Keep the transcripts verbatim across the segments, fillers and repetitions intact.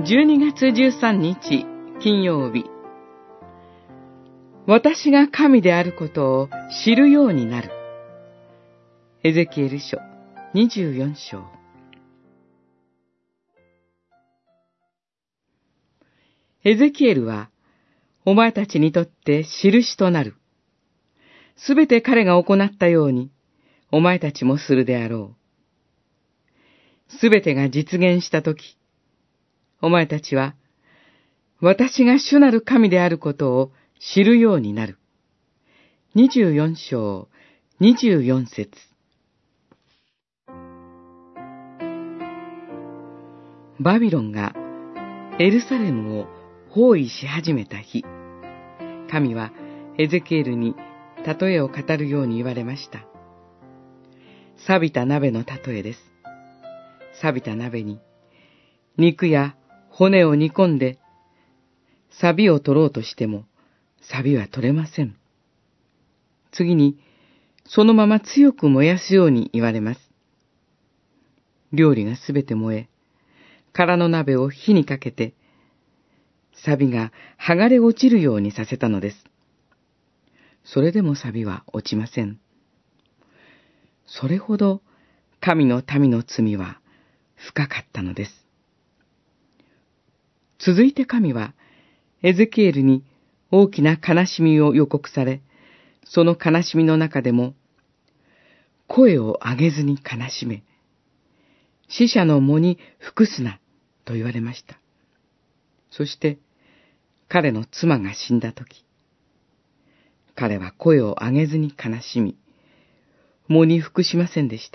じゅうにがつじゅうさんにち金曜日。私が神であることを知るようになる。エゼキエル書にじゅうよんしょう。エゼキエルはお前たちにとって印となる。すべて彼が行ったようにお前たちもするであろう。すべてが実現したとき、お前たちは私が主なる神であることを知るようになる。にじゅうよんしょうにじゅうよんせつ。バビロンがエルサレムを包囲し始めた日、神はエゼキエルに例えを語るように言われました。錆びた鍋の例えです。錆びた鍋に肉や骨を煮込んで錆を取ろうとしても錆は取れません。次にそのまま強く燃やすように言われます。料理がすべて燃え、空の鍋を火にかけて錆が剥がれ落ちるようにさせたのです。それでも錆は落ちません。それほど神の民の罪は深かったのです。続いて神はエゼキエルに大きな悲しみを予告され、その悲しみの中でも声を上げずに悲しめ、死者の喪に服すなと言われました。そして彼の妻が死んだとき、彼は声を上げずに悲しみ、喪に服しませんでした。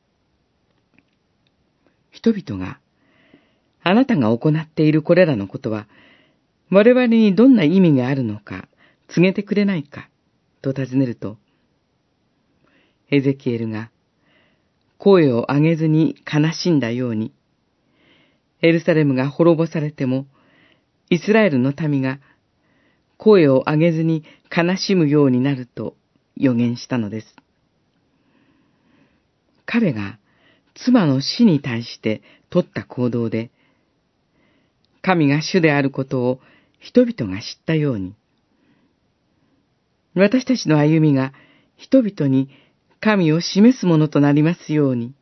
人々が、あなたが行っているこれらのことは、我々にどんな意味があるのか告げてくれないか、と尋ねると、エゼキエルが声を上げずに悲しんだように、エルサレムが滅ぼされても、イスラエルの民が声を上げずに悲しむようになると予言したのです。彼が妻の死に対して取った行動で、神が主であることを人々が知ったように、私たちの歩みが人々に神を示すものとなりますように、